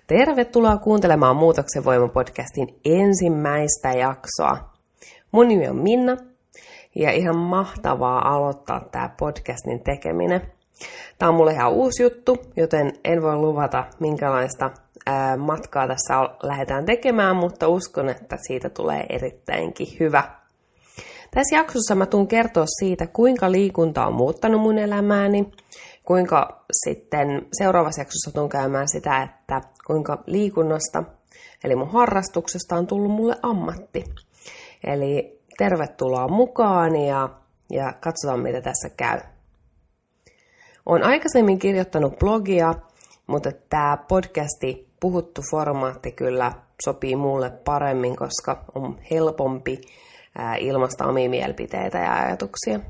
Tervetuloa kuuntelemaan Muutoksen voima-podcastin ensimmäistä jaksoa. Mun nimi on Minna ja ihan mahtavaa aloittaa tää podcastin tekeminen. Tää on mulle ihan uusi juttu, joten en voi luvata minkälaista matkaa tässä lähdetään tekemään, mutta uskon, että siitä tulee erittäinkin hyvä. Tässä jaksossa mä tuun kertoa siitä, kuinka liikunta on muuttanut mun elämääni, kuinka sitten seuraavassa jaksossa tuun käymään sitä, että kuinka liikunnasta, eli mun harrastuksesta on tullut mulle ammatti. Eli tervetuloa mukaan ja katsotaan, mitä tässä käy. Olen aikaisemmin kirjoittanut blogia, mutta tämä podcasti, puhuttu formaatti kyllä sopii mulle paremmin, koska on helpompi ilmaista omia mielipiteitä ja ajatuksia.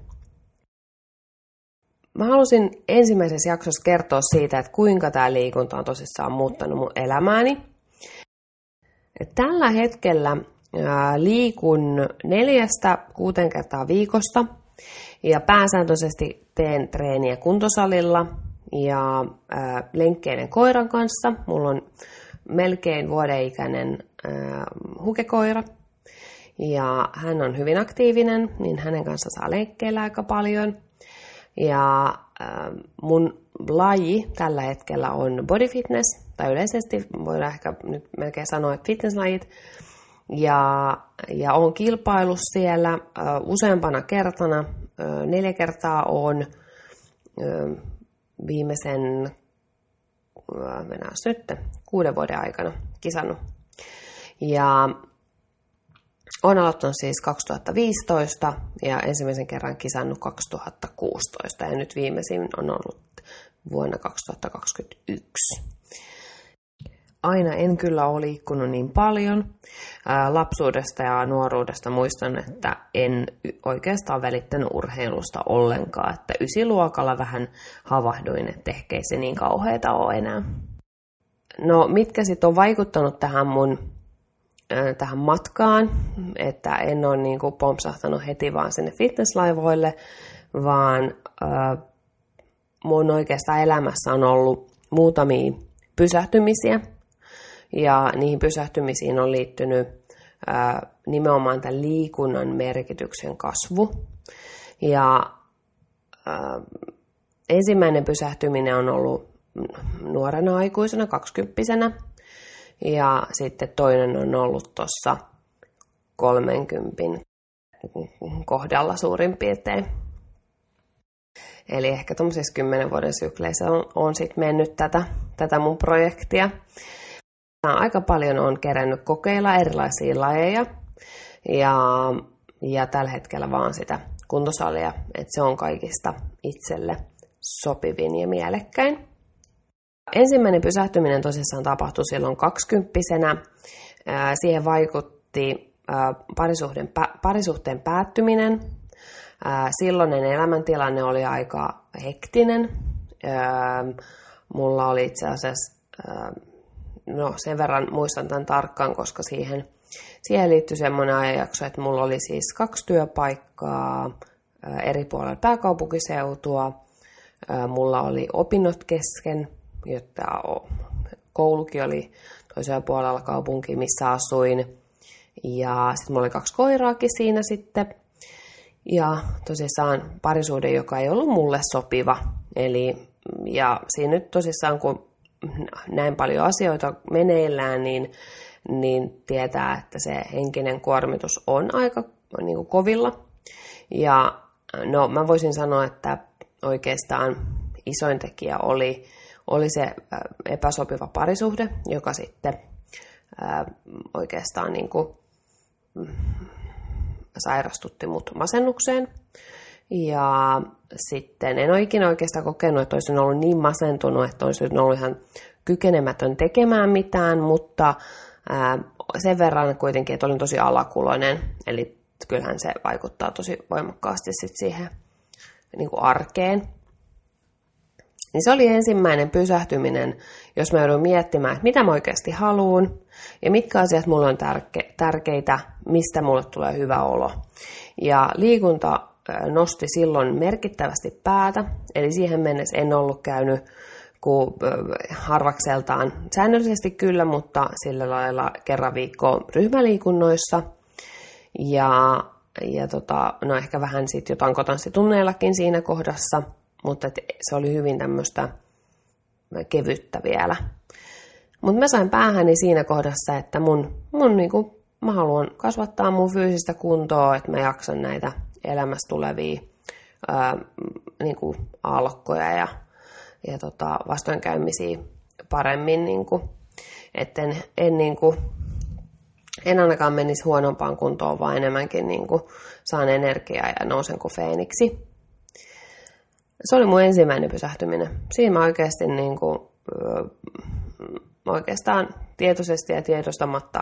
Mä halusin ensimmäisessä jaksossa kertoa siitä, että kuinka tämä liikunta on tosissaan muuttanut mun elämääni. Tällä hetkellä liikun 4-6 kertaa viikossa ja pääsääntöisesti teen treeniä kuntosalilla ja lenkkeiden koiran kanssa. Mulla on melkein vuodenikäinen hukekoira ja hän on hyvin aktiivinen, niin hänen kanssa saa lenkkeillä aika paljon. Ja mun laji tällä hetkellä on body fitness, tai yleisesti voidaan ehkä nyt melkein sanoa, että fitnesslajit. Ja olen kilpaillut siellä useampana kertana. 4 kertaa olen viimeisen 6 vuoden aikana kisannut. Ja olen aloittanut siis 2015 ja ensimmäisen kerran kisannut 2016 ja nyt viimeisin on ollut vuonna 2021. Aina en kyllä ole liikkunut niin paljon. Lapsuudesta ja nuoruudesta muistan, että en oikeastaan välittänyt urheilusta ollenkaan. Että 9-luokalla vähän havahduin, että ehkä ei se niin kauheata ole enää. No mitkä sitten on vaikuttanut tähän matkaan, että en ole niin kuin pompsahtanut heti vaan sinne fitnesslaivoille, vaan mun oikeastaan elämässä on ollut muutamia pysähtymisiä, ja niihin pysähtymisiin on liittynyt nimenomaan tämän liikunnan merkityksen kasvu. Ja ensimmäinen pysähtyminen on ollut nuorena aikuisena, 20-vuotiaana, ja sitten toinen on ollut tuossa 30 kohdalla suurin piirtein. Eli ehkä tuollaisissa 10 vuoden sykleissä on sitten mennyt tätä mun projektia. Aika paljon on kerännyt kokeilla erilaisia lajeja ja tällä hetkellä vaan sitä kuntosalia, että se on kaikista itselle sopivin ja mielekkäin. Ensimmäinen pysähtyminen tosissaan tapahtui silloin 20-vuotiaana. Siihen vaikutti parisuhteen päättyminen. Silloinen elämäntilanne oli aika hektinen. Mulla oli itse asiassa, sen verran muistan tämän tarkkaan, koska siihen liittyi semmoinen ajanjakso, että mulla oli siis 2 työpaikkaa eri puolilla pääkaupunkiseutua. Mulla oli opinnot kesken, jotta koulukin oli toisella puolella kaupunkia, missä asuin. Ja sitten mulla oli 2 koiraakin siinä sitten. Ja tosissaan parisuhde, joka ei ollut mulle sopiva. Ja siinä nyt tosissaan, kun näin paljon asioita meneillään, niin tietää, että se henkinen kuormitus on aika niin kuin kovilla. Ja no, mä voisin sanoa, että oikeastaan isoin tekijä oli se epäsopiva parisuhde, joka sitten oikeastaan niin kuin sairastutti mut masennukseen. Ja sitten en ole ikinä oikeastaan kokenut, että olisin ollut niin masentunut, että olisin ollut ihan kykenemätön tekemään mitään, mutta sen verran kuitenkin, että olin tosi alakuloinen. Eli kyllähän se vaikuttaa tosi voimakkaasti sit siihen niin kuin arkeen. Niin se oli ensimmäinen pysähtyminen, jos mä joudun miettimään, että mitä mä oikeasti haluan ja mitkä asiat mulle on tärkeitä, mistä mulle tulee hyvä olo. Ja liikunta nosti silloin merkittävästi päätä, eli siihen mennessä en ollut harvakseltaan säännöllisesti kyllä, mutta sillä lailla kerran viikkoon ryhmäliikunnoissa. No ehkä vähän sitten jo tankotanssitunneillakin siinä kohdassa, mutta se oli hyvin tämmöistä kevyttä vielä. Mutta mä sain päähäni siinä kohdassa, että mä haluan kasvattaa mun fyysistä kuntoa, että mä jaksan näitä elämässä tulevia aallokkoja ja vastoinkäymisiä paremmin, en ainakaan menisi huonompaan kuntoon, vaan enemmänkin saan energiaa ja nousen kuin Feeniksi. Se oli mun ensimmäinen pysähtyminen. Siinä mä oikeasti oikeastaan tietoisesti ja tiedostamatta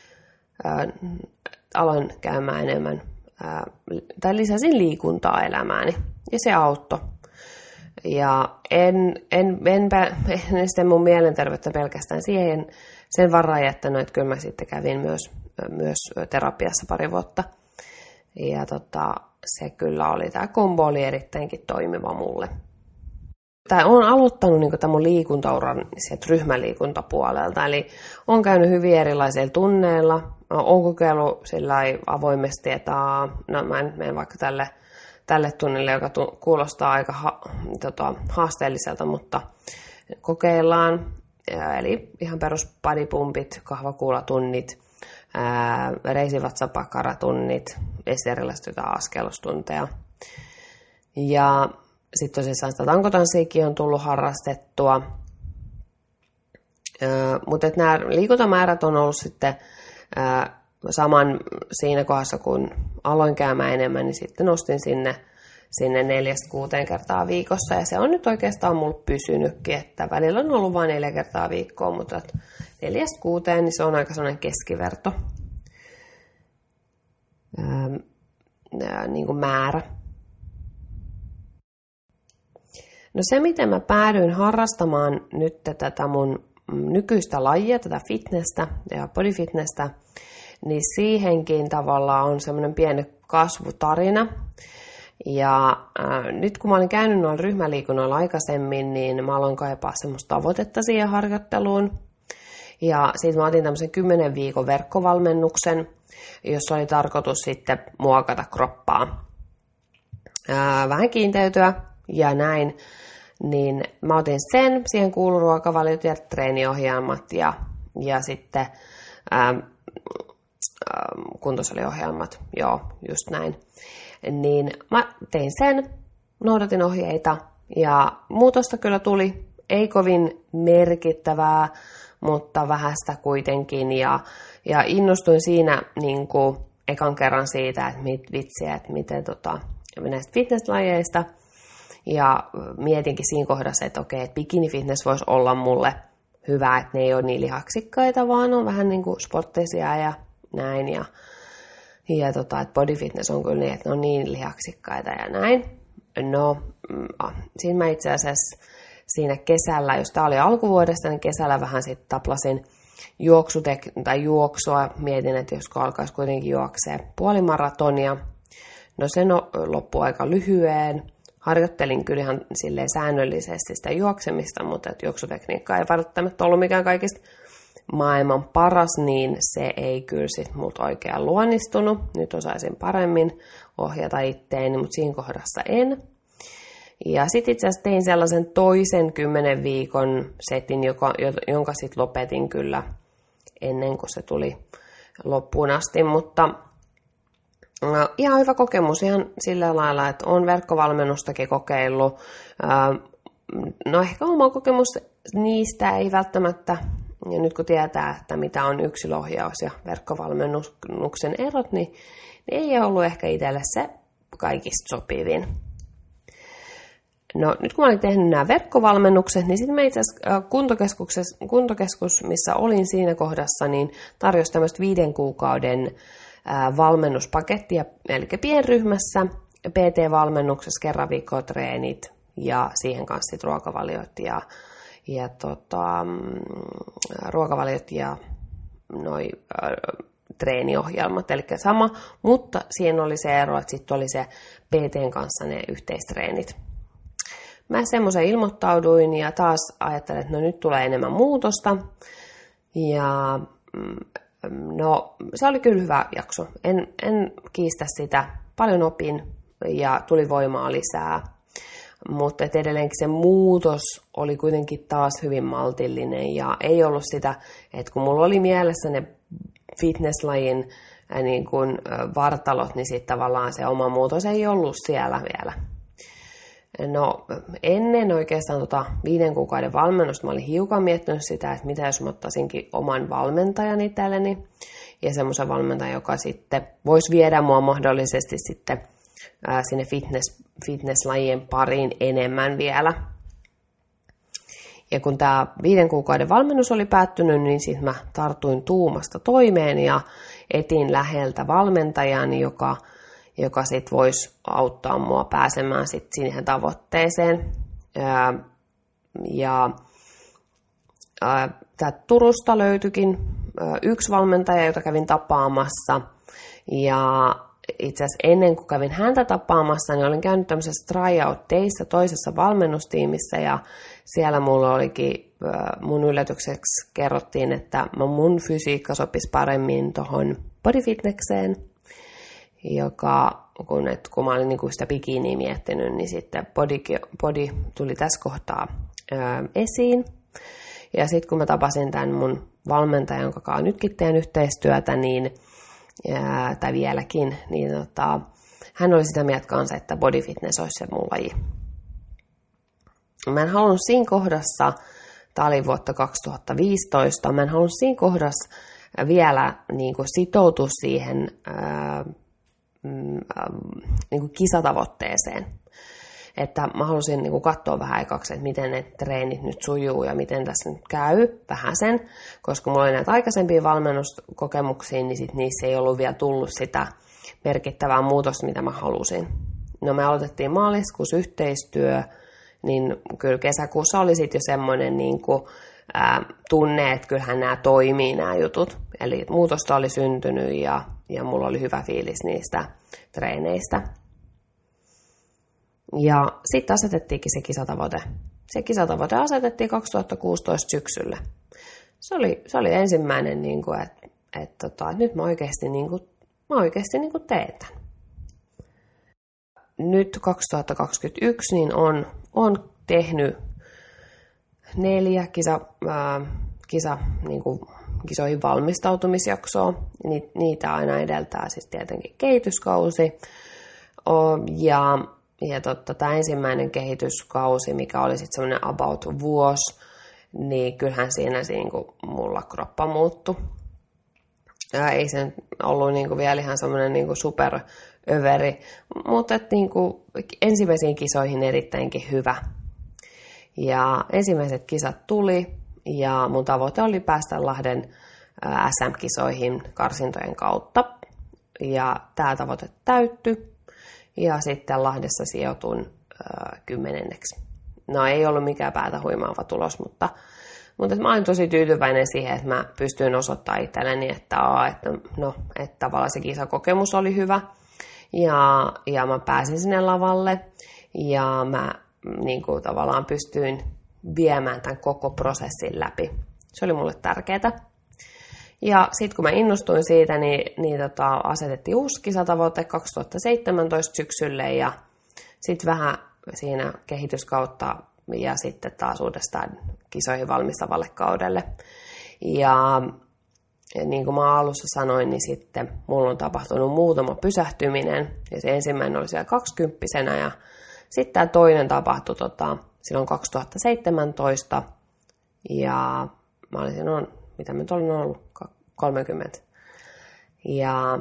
aloin käymään enemmän tai lisäsin liikuntaa elämääni ja se auttoi. Ja en sitten mun mielenterveyttä pelkästään sen varaan jättänyt, että kyllä mä sitten kävin myös terapiassa pari vuotta. Ja se kyllä oli, tämä kombo oli erittäinkin toimiva mulle. Olen aloittanut tämän mun liikuntauran sieltä ryhmäliikuntapuolelta, eli olen käynyt hyvin erilaisilla tunneilla. Olen kokeillut sillä avoimesti, että mä en mene vaikka tälle tunnille, joka kuulostaa aika haasteelliselta, mutta kokeillaan. Eli ihan perus bodypumpit, kahvakuulatunnit, reisivatsapakaratunnit, erilaiset askellustunteja. Ja sitten tosissaan sitä tankotanssiikin on tullut harrastettua. Mutta nämä liikuntamäärät on ollut sitten saman siinä kohdassa, kun aloin käymään enemmän, niin sitten nostin sinne 4-6 kertaa viikossa. Ja se on nyt oikeastaan mulla pysynytkin, että välillä on ollut vain 4 kertaa viikkoa, mutta 4-6, niin se on aika sellainen keskiverto määrä. No se, miten mä päädyin harrastamaan nyt tätä mun nykyistä lajia, tätä fitnessä ja bodyfitnessä, niin siihenkin tavallaan on semmoinen pieni kasvutarina. Ja nyt kun mä olin käynyt noilla ryhmäliikunnoilla aikaisemmin, niin mä aloin kaipaa semmoista tavoitetta siihen harjoitteluun. Ja siitä mä otin tämmöisen 10 viikon verkkovalmennuksen, jossa oli tarkoitus sitten muokata kroppaa. Vähän kiinteytyä ja näin. Niin mä otin sen, siihen kuului ruokavaliot ja treeniohjelmat ja sitten kuntosaliohjelmat, joo, just näin. Niin mä tein sen, noudatin ohjeita ja muutosta kyllä tuli, ei kovin merkittävää, mutta vähäistä kuitenkin ja innostuin siinä ekan kerran siitä, että miten näistä fitnesslajeista. Ja mietinkin siinä kohdassa, että okei, että bikini-fitness voisi olla mulle hyvä, että ne ei ole niin lihaksikkaita, vaan on vähän sporttisia ja näin. Ja että bodyfitness on kyllä niin, että ne on niin lihaksikkaita ja näin. No, siinä mä itse asiassa siinä kesällä, jos tää oli alkuvuodesta, niin kesällä vähän sitten taplasin juoksua. Mietin, että josko alkaisi kuitenkin juoksee puolimaratonia. No se loppui aika lyhyeen. Harjoittelin kyllä ihan silleen säännöllisesti sitä juoksemista, mutta että juoksutekniikka ei välttämättä ollut mikään kaikista maailman paras, niin se ei kyllä sitten multa oikein luonnistunut. Nyt osaisin paremmin ohjata itteeni, mutta siinä kohdassa en. Ja sitten itse asiassa tein sellaisen toisen 10 viikon setin, jonka sitten lopetin kyllä ennen kuin se tuli loppuun asti, mutta ihan hyvä kokemus ihan sillä lailla, että olen verkkovalmennustakin kokeillut. No ehkä oma kokemus niistä ei välttämättä, ja nyt kun tietää, että mitä on yksilöohjaus ja verkkovalmennuksen erot, niin ei ollut ehkä itselle se kaikista sopivin. No nyt kun mä olin tehnyt nämä verkkovalmennukset, niin sitten mä itse asiassa kuntokeskus, missä olin siinä kohdassa, niin tarjosi tämmöistä 5 kuukauden valmennuspakettia, eli pienryhmässä, PT-valmennuksessa kerran viikkoa treenit ja siihen kanssa sit ruokavaliot ja noi treeniohjelmat, eli sama, mutta siihen oli se ero, että sitten oli se PTn kanssa ne yhteistreenit. mä semmoisen ilmoittauduin ja taas ajattelin, että no nyt tulee enemmän muutosta. Ja no se oli kyllä hyvä jakso. En kiistä sitä. Paljon opin ja tuli voimaa lisää. Mutta edelleenkin se muutos oli kuitenkin taas hyvin maltillinen ja ei ollut sitä, että kun mulla oli mielessä ne fitnesslajin niin kuin vartalot, niin sitten tavallaan se oma muutos ei ollut siellä vielä. No ennen oikeastaan 5 kuukauden valmennusta mä olin hiukan miettinyt sitä, että mitä jos mä ottaisinkin oman valmentajan itselleni ja semmoisen valmentajan, joka sitten voisi viedä mua mahdollisesti sitten sinne fitnesslajien pariin enemmän vielä. Ja kun tämä 5 kuukauden valmennus oli päättynyt, niin sitten mä tartuin tuumasta toimeen ja etin läheltä valmentajan, joka sitten voisi auttaa mua pääsemään sit siihen tavoitteeseen. Turusta löytyikin yksi valmentaja, jota kävin tapaamassa. Ja itse asiassa ennen kuin kävin häntä tapaamassa, niin olin käynyt tämmöisessä tryout-dayssä toisessa valmennustiimissä. Ja siellä mulla olikin, mun yllätykseksi kerrottiin, että mun fysiikka sopisi paremmin tuohon bodyfitnekseen. Kun mä olin niinku sitä bikiniä miettinyt, niin sitten body tuli tässä kohtaa esiin. Ja sitten kun mä tapasin tämän mun valmentajan, jonka kanssa nytkin teen yhteistyötä, tai vieläkin, niin hän oli sitä mieltä kanssa, että body fitness olisi se mun laji. Mä en halunnut siinä kohdassa, tämä oli vuotta 2015, mä en halunnut siinä kohdassa vielä niin kuin sitoutua siihen niin kuin kisatavoitteeseen. Että mä halusin niin kuin katsoa vähän aikaksi, että miten ne treenit nyt sujuu ja miten tässä nyt käy vähän sen, koska mulla oli näitä aikaisempia valmennuskokemuksia, niin sit niissä ei ollut vielä tullut sitä merkittävää muutosta, mitä mä halusin. No me aloitettiin maaliskuussa yhteistyö, niin kyllä kesäkuussa oli sitten jo semmoinen niin kuin, tunne, että kyllähän nämä toimii nämä jutut. Eli muutosta oli syntynyt ja mulla oli hyvä fiilis niistä treeneistä. Ja sitten asetettiinkin se kisatavoite. Se kisatavoite asetettiin 2016 syksyllä. Se oli ensimmäinen, niin kuin, että nyt mä oikeasti, teen tämän. Nyt 2021 niin on tehnyt 4 kisoihin valmistautumisjaksoa. Niitä aina edeltää siis tietenkin kehityskausi. Tämä ensimmäinen kehityskausi, mikä oli sitten semmoinen about vuosi, niin kyllähän siinä mulla kroppa muuttui. Ei se ollut vielä ihan semmoinen superöveri, mutta ensimmäisiin kisoihin erittäinkin hyvä. Ja ensimmäiset kisat tuli ja mun tavoite oli päästä Lahden SM-kisoihin karsintojen kautta. Ja tämä tavoite täyttyi. Ja sitten Lahdessa sijoitun 10. No ei ollut mikään päätä huimaava tulos, mutta mä olin tosi tyytyväinen siihen, että mä pystyin osoittamaan itselleni, että tavallaan se kisakokemus oli hyvä. Ja mä pääsin sinne lavalle ja mä tavallaan pystyin viemään tämän koko prosessin läpi. Se oli mulle tärkeää. Ja sitten kun mä innostuin siitä, niin asetettiin uusi kisatavoite 2017 syksylle ja sitten vähän siinä kehityskautta ja sitten taas uudestaan kisoihin valmistavalle kaudelle. Ja niin kuin mä alussa sanoin, niin sitten mulla on tapahtunut muutama pysähtyminen. Ja se ensimmäinen oli siellä 20-vuotiaana ja sitten tämä toinen tapahtui silloin 2017. Ja mä olisin, mitä mä nyt olin ollut, 30. Ja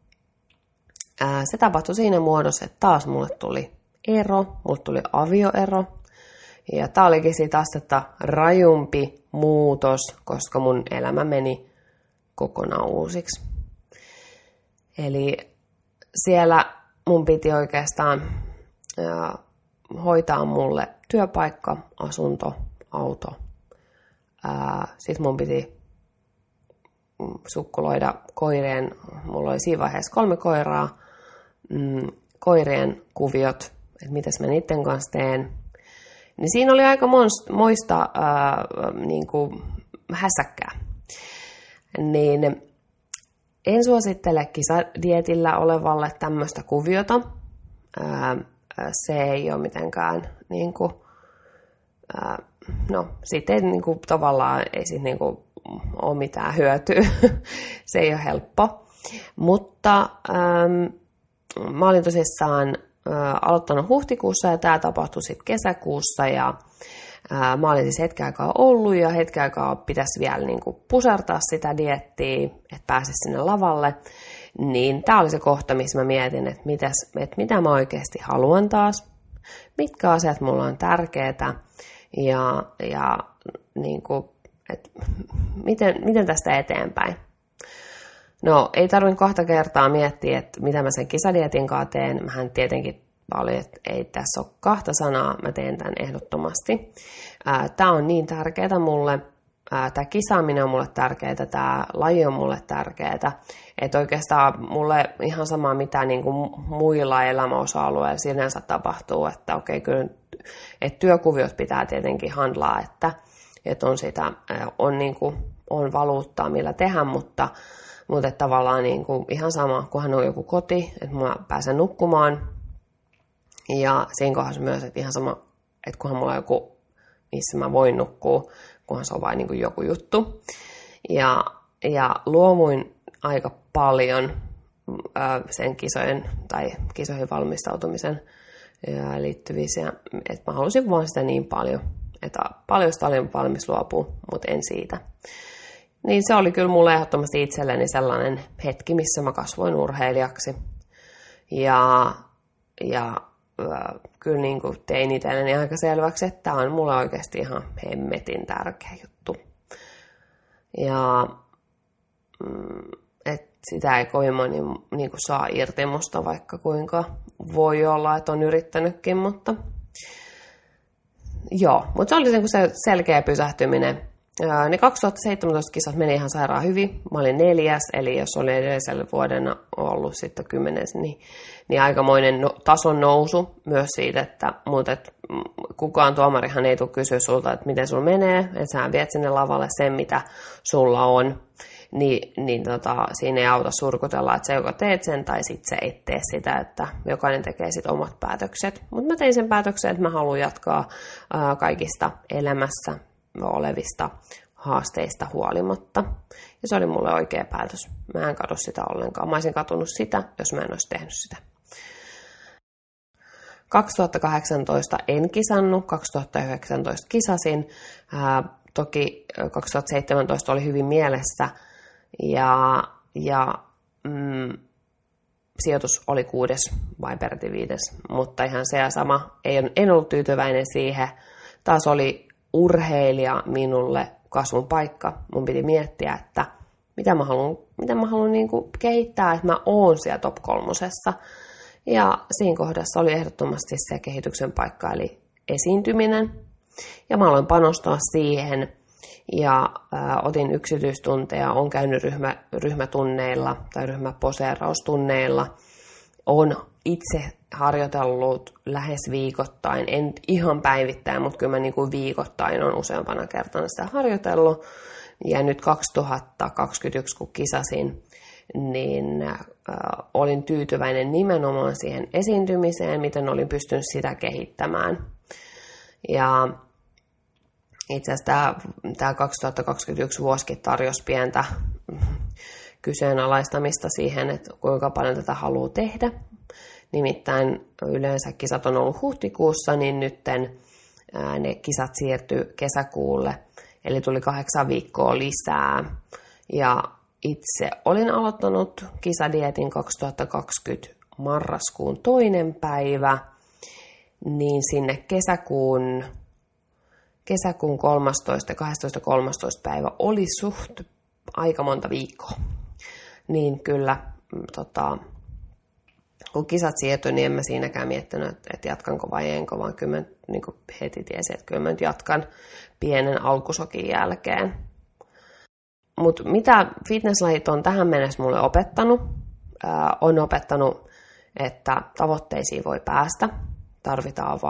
se tapahtui siinä muodossa, että taas mulle tuli avioero. Ja tää olikin siitä astetta rajumpi muutos, koska mun elämä meni kokonaan uusiksi. Eli siellä mun piti oikeastaan hoitaa mulle työpaikka, asunto, auto. Sitten mun piti sukkuloida koirien, mulla oli siinä vaiheessa 3 koiraa, koirien kuviot, että mitäs mä niiden kanssa teen. Niin siinä oli aika moista niin kuin hässäkkää. Niin en suosittele kisadietillä olevalle tämmöistä kuviota. Se ei ole mitenkään, niin kuin, no siitä ei niin kuin, tavallaan ei siitä, niin kuin, ole mitään hyötyä. Se ei ole helppo. Mutta mä olin tosissaan aloittanut huhtikuussa ja tämä tapahtui sitten kesäkuussa ja mä olin siis hetken aikaa ollut ja hetken aikaa pitäisi vielä niin kuin pusertaa sitä diettiä, että pääsisi sinne lavalle. Niin tämä oli se kohta, missä mä mietin, että mitä mä oikeasti haluan taas, mitkä asiat mulla on tärkeitä ja niin kuin, että miten tästä eteenpäin. No, ei tarvinnut kahta kertaa miettiä, että mitä mä sen kisadietin kanssa teen. Mähän tietenkin olin, että ei tässä ole kahta sanaa, mä teen tämän ehdottomasti. Tämä on niin tärkeää mulle, tämä kisaaminen on mulle tärkeää, tämä laji on mulle tärkeää, että oikeastaan mulle ihan sama mitä niin kuin muilla elämäosa-alueilla sinänsä tapahtuu, että okei, kyllä että työkuviot pitää tietenkin handlaa, että on sitä, niin kuin, on valuuttaa millä tehdä, mutta että tavallaan niin kuin ihan sama, kunhan on joku koti, että mä pääsen nukkumaan. Ja siinä kohdassa myös, että ihan sama, että kunhan mulla on joku, missä mä voin nukkua, kunhan se on vain niin kuin joku juttu. Ja luovuin aika paljon sen kisoihin valmistautumisen liittyviä, että mä halusin vaan sitä niin paljon, että paljon sitä olin valmis luopua, mutta en siitä. Niin se oli kyllä mulle ehdottomasti itselleni sellainen hetki, missä mä kasvoin urheilijaksi. Ja kyllä niin kuin tein itselleni aika selväksi, että tämä on mulle oikeasti ihan hemmetin tärkeä juttu. Ja että sitä ei kovin moni niin kuin saa irti musta, vaikka kuinka voi olla, että on yrittänytkin, mutta joo. Mutta se oli se selkeä pysähtyminen. Ne 2017 kisat meni ihan sairaan hyvin. Mä olin 4, eli jos oli edellisellä vuodena ollut sitten 10, niin aikamoinen tason nousu myös siitä, että kukaan tuomarihan ei tule kysyä sulta, että miten sulla menee, että sä viet sinne lavalle sen, mitä sulla on. Siinä ei auta surkutella, että sä joko teet sen tai sit sä et tee sitä, että jokainen tekee sit omat päätökset. Mutta mä tein sen päätöksen, että mä haluan jatkaa kaikista elämässä olevista haasteista huolimatta. Ja se oli mulle oikea päätös. Mä en kadu sitä ollenkaan. Mä olisin katunut sitä, jos mä en olisi tehnyt sitä. 2018 en kisannut, 2019 kisasin. Toki 2017 oli hyvin mielessä ja sijoitus oli 6 vai peräti 5, mutta ihan se ja sama. En ollut tyytyväinen siihen. Taas oli urheilija minulle kasvun paikka. Mun piti miettiä, että mitä mä haluan niin kuin kehittää, että mä oon siellä top 3. Ja siinä kohdassa oli ehdottomasti se kehityksen paikka, eli esiintyminen. Ja mä aloin panostaa siihen ja otin yksityistunteja, olen käynyt ryhmätunneilla tai ryhmäposeeraustunneilla. Olen itse harjoitellut lähes viikoittain, en ihan päivittäin, mutta kyllä mä niin kuin viikoittain on useampana kertana sitä harjoitellut. Ja nyt 2021, kun kisasin, niin olin tyytyväinen nimenomaan siihen esiintymiseen, miten olin pystynyt sitä kehittämään. Ja itse asiassa tämä 2021 vuosikin tarjosi pientä kyseenalaistamista siihen, että kuinka paljon tätä haluaa tehdä. Nimittäin yleensä kisat on ollut huhtikuussa, niin nyt ne kisat siirtyi kesäkuulle, eli tuli 8 viikkoa lisää. Ja itse olin aloittanut kisadietin 2020 marraskuun 2. päivä, niin sinne kesäkuun 13. ja 12.13. päivä oli suht aika monta viikkoa. Niin kyllä, kun kisat siirtyi, niin en mä siinäkään miettinyt, että jatkanko vai enko, vaan kyllä mä niin heti tiesin, että kyllä mä nyt jatkan pienen alkusokin jälkeen. Mutta mitä fitnesslajit on tähän mennessä mulle opettanut? On opettanut, että tavoitteisiin voi päästä. Tarvitaan vaan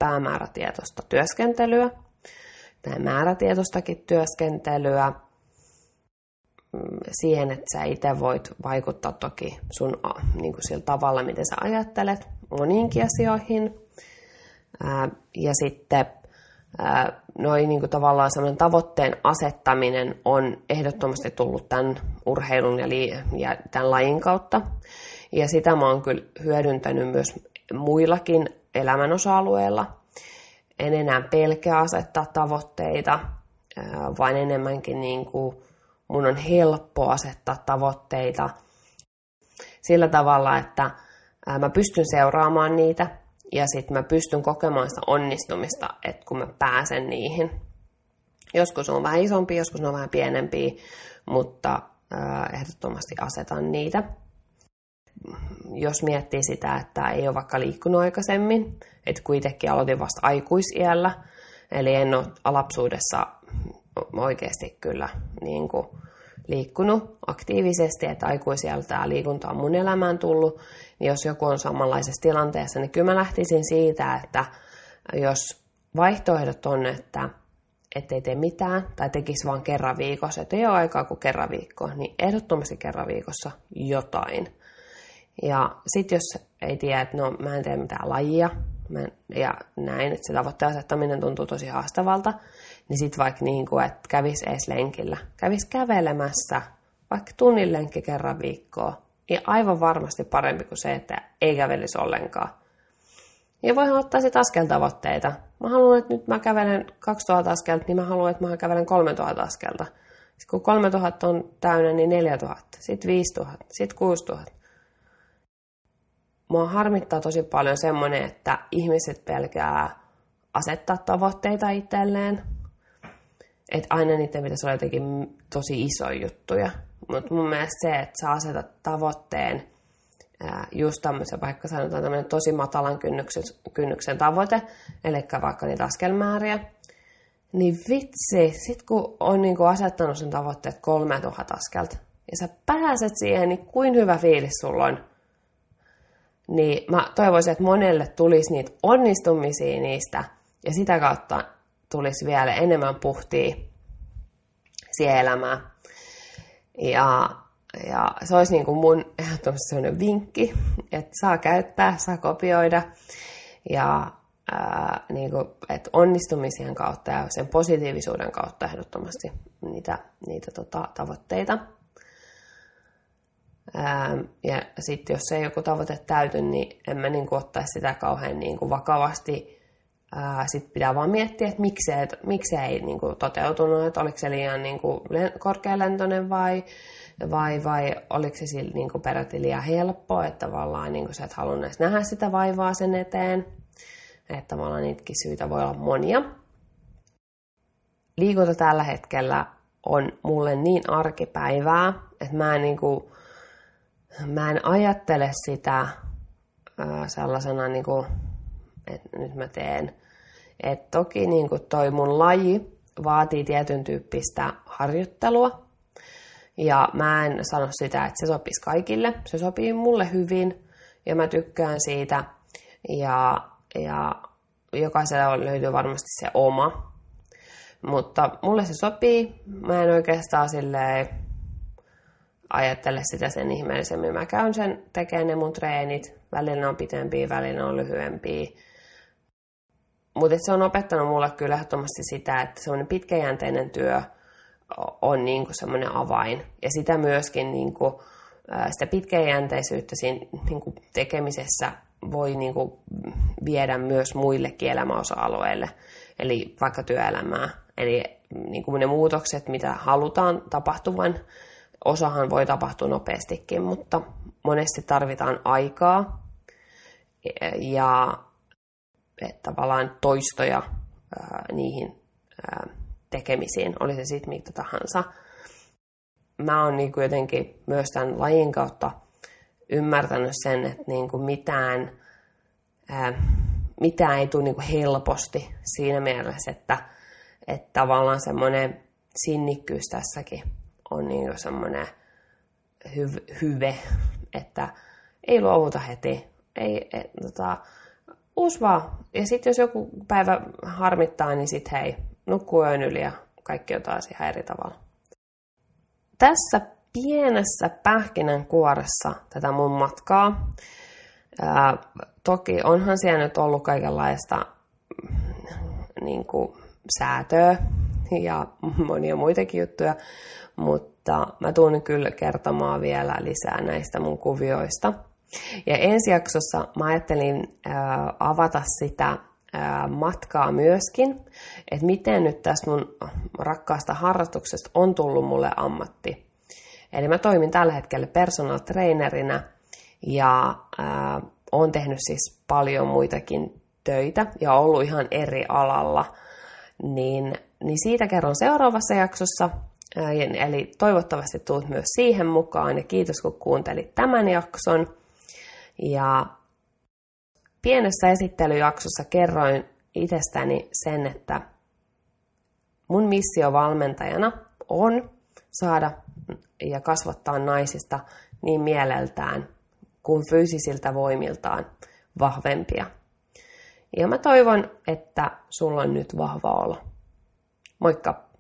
päämäärätietoista työskentelyä tai määrätietoistakin työskentelyä siihen, että sä itse voit vaikuttaa toki sun niin kuin sillä tavalla, miten sä ajattelet moniinkin asioihin. Ja sitten noin niin kuin tavallaan semmoinen tavoitteen asettaminen on ehdottomasti tullut tämän urheilun ja tämän lajin kautta. Ja sitä mä oon kyllä hyödyntänyt myös muillakin elämän osa-alueilla. En enää pelkää asettaa tavoitteita, vaan enemmänkin niin kuin mun on helppo asettaa tavoitteita sillä tavalla, että mä pystyn seuraamaan niitä ja sitten mä pystyn kokemaan sitä onnistumista, että kun mä pääsen niihin. Joskus on vähän isompi, joskus on vähän pienempi, mutta ehdottomasti asetan niitä. Jos miettii sitä, että ei ole vaikka liikkunut aikaisemmin, että kuitenkin aloitin vasta aikuisiällä, eli en ole lapsuudessa oikeasti kyllä niin kuin liikkunut aktiivisesti, että aikuisiällä tämä liikunta on mun elämään tullut, niin jos joku on samanlaisessa tilanteessa, niin kyllä mä lähtisin siitä, että jos vaihtoehdot on, että ettei tee mitään tai tekisi vain kerran viikossa, että ei ole aikaa kuin kerran viikkoa, niin ehdottomasti kerran viikossa jotain. Ja sitten jos ei tiedä, että no mä en tee mitään lajia ja näin, että se tavoitteen asettaminen tuntuu tosi haastavalta, niin sitten vaikka niin kuin, että kävisi edes lenkillä, kävisi kävelemässä vaikka tunnin lenkki kerran viikkoa, niin aivan varmasti parempi kuin se, että ei kävelisi ollenkaan. Ja voihan ottaa sitten askeltavoitteita. Mä haluan, että nyt mä kävelen 2000 askelta, niin mä haluan, että mä kävelen 3000 askelta. Sitten kun 3000 on täynnä, niin 4000, sitten 5000, sitten 6000. Mua harmittaa tosi paljon semmoinen, että ihmiset pelkää asettaa tavoitteita itselleen. Että aina niiden pitäisi olla jotenkin tosi isoja juttuja. Mutta mun mielestä se, että sä asetat tavoitteen, just tämmöisen, vaikka sanotaan tämmöinen tosi matalan kynnyksen tavoite, eli vaikka niitä askelmääriä, niin vitsi, sit kun on niinku asettanut sen tavoitteet 3000 askelta, ja sä pääset siihen, niin kuin hyvä fiilis sulla on. Niin mä toivoisin, että monelle tulisi niitä onnistumisia niistä, ja sitä kautta tulisi vielä enemmän puhtia siihen elämään. Ja se olisi niin kuin mun ehdottomasti sellainen vinkki, että saa käyttää, saa kopioida, ja niin kuin, että onnistumisien kautta ja sen positiivisuuden kautta ehdottomasti niitä tavoitteita. Ja sitten jos ei joku tavoite täyty, niin en mä niin kuin ottaisi sitä kauhean niin kuin vakavasti. Sitten pitää vaan miettiä, että miksi ei niin kuin toteutunut, että oliko se liian niin kuin korkealentoinen vai oliko se niin kuin peräti liian helppo, että tavallaan niin kuin sä et halunnut edes nähdä sitä vaivaa sen eteen. Että tavallaan niitäkin syitä voi olla monia. Liikunta tällä hetkellä on mulle niin arkipäivää, että mä en ajattele sitä sellaisena, niin kuin, että nyt mä teen. Et toki niin kuin toi mun laji vaatii tietyn tyyppistä harjoittelua. Ja mä en sano sitä, että se sopisi kaikille. Se sopii mulle hyvin ja mä tykkään siitä. Ja jokaisella löytyy varmasti se oma. Mutta mulle se sopii. Mä en oikeastaan silleen ajattele sitä sen ihmeellisemmin. Mä käyn tekemään ne mun treenit. Välillä on pitempiä, välillä on lyhyempiä. Mutta se on opettanut mulle kyllä ehdottomasti sitä, että semmoinen pitkäjänteinen työ on niinku semmoinen avain. Ja sitä myöskin niinku, sitä pitkäjänteisyyttä siinä niinku tekemisessä voi niinku viedä myös muillekin elämäosa-alueille. Eli vaikka työelämää. Eli niinku ne muutokset, mitä halutaan tapahtuvan, osahan voi tapahtua nopeastikin, mutta monesti tarvitaan aikaa ja tavallaan toistoja niihin tekemisiin, oli se sitten mitä tahansa. Mä oon niinku jotenkin myös tämän lajin kautta ymmärtänyt sen, että niinku mitään ei tule niinku helposti siinä mielessä, että tavallaan semmoinen sinnikkyys tässäkin on niinku semmoinen hyve, että ei luovuta heti. uusi vaan. Ja sitten jos joku päivä harmittaa, niin sit hei, nukkuu yön yli ja kaikki on taas ihan eri tavalla. Tässä pienessä pähkinänkuoressa tätä mun matkaa. Toki onhan siellä nyt ollut kaikenlaista niin kuin säätöä ja monia muitakin juttuja, mutta mä tuun kyllä kertomaan vielä lisää näistä mun kuvioista. Ja ensi jaksossa mä ajattelin avata sitä matkaa myöskin, että miten nyt tästä mun rakkaasta harrastuksesta on tullut mulle ammatti. Eli mä toimin tällä hetkellä personal trainerina ja olen tehnyt siis paljon muitakin töitä ja ollut ihan eri alalla, niin siitä kerron seuraavassa jaksossa. Eli toivottavasti tulet myös siihen mukaan ja kiitos kun kuuntelit tämän jakson. Ja pienessä esittelyjaksossa kerroin itsestäni sen, että mun missio valmentajana on saada ja kasvattaa naisista niin mieleltään kuin fyysisiltä voimiltaan vahvempia. Ja mä toivon, että sulla on nyt vahva olo. Moikka!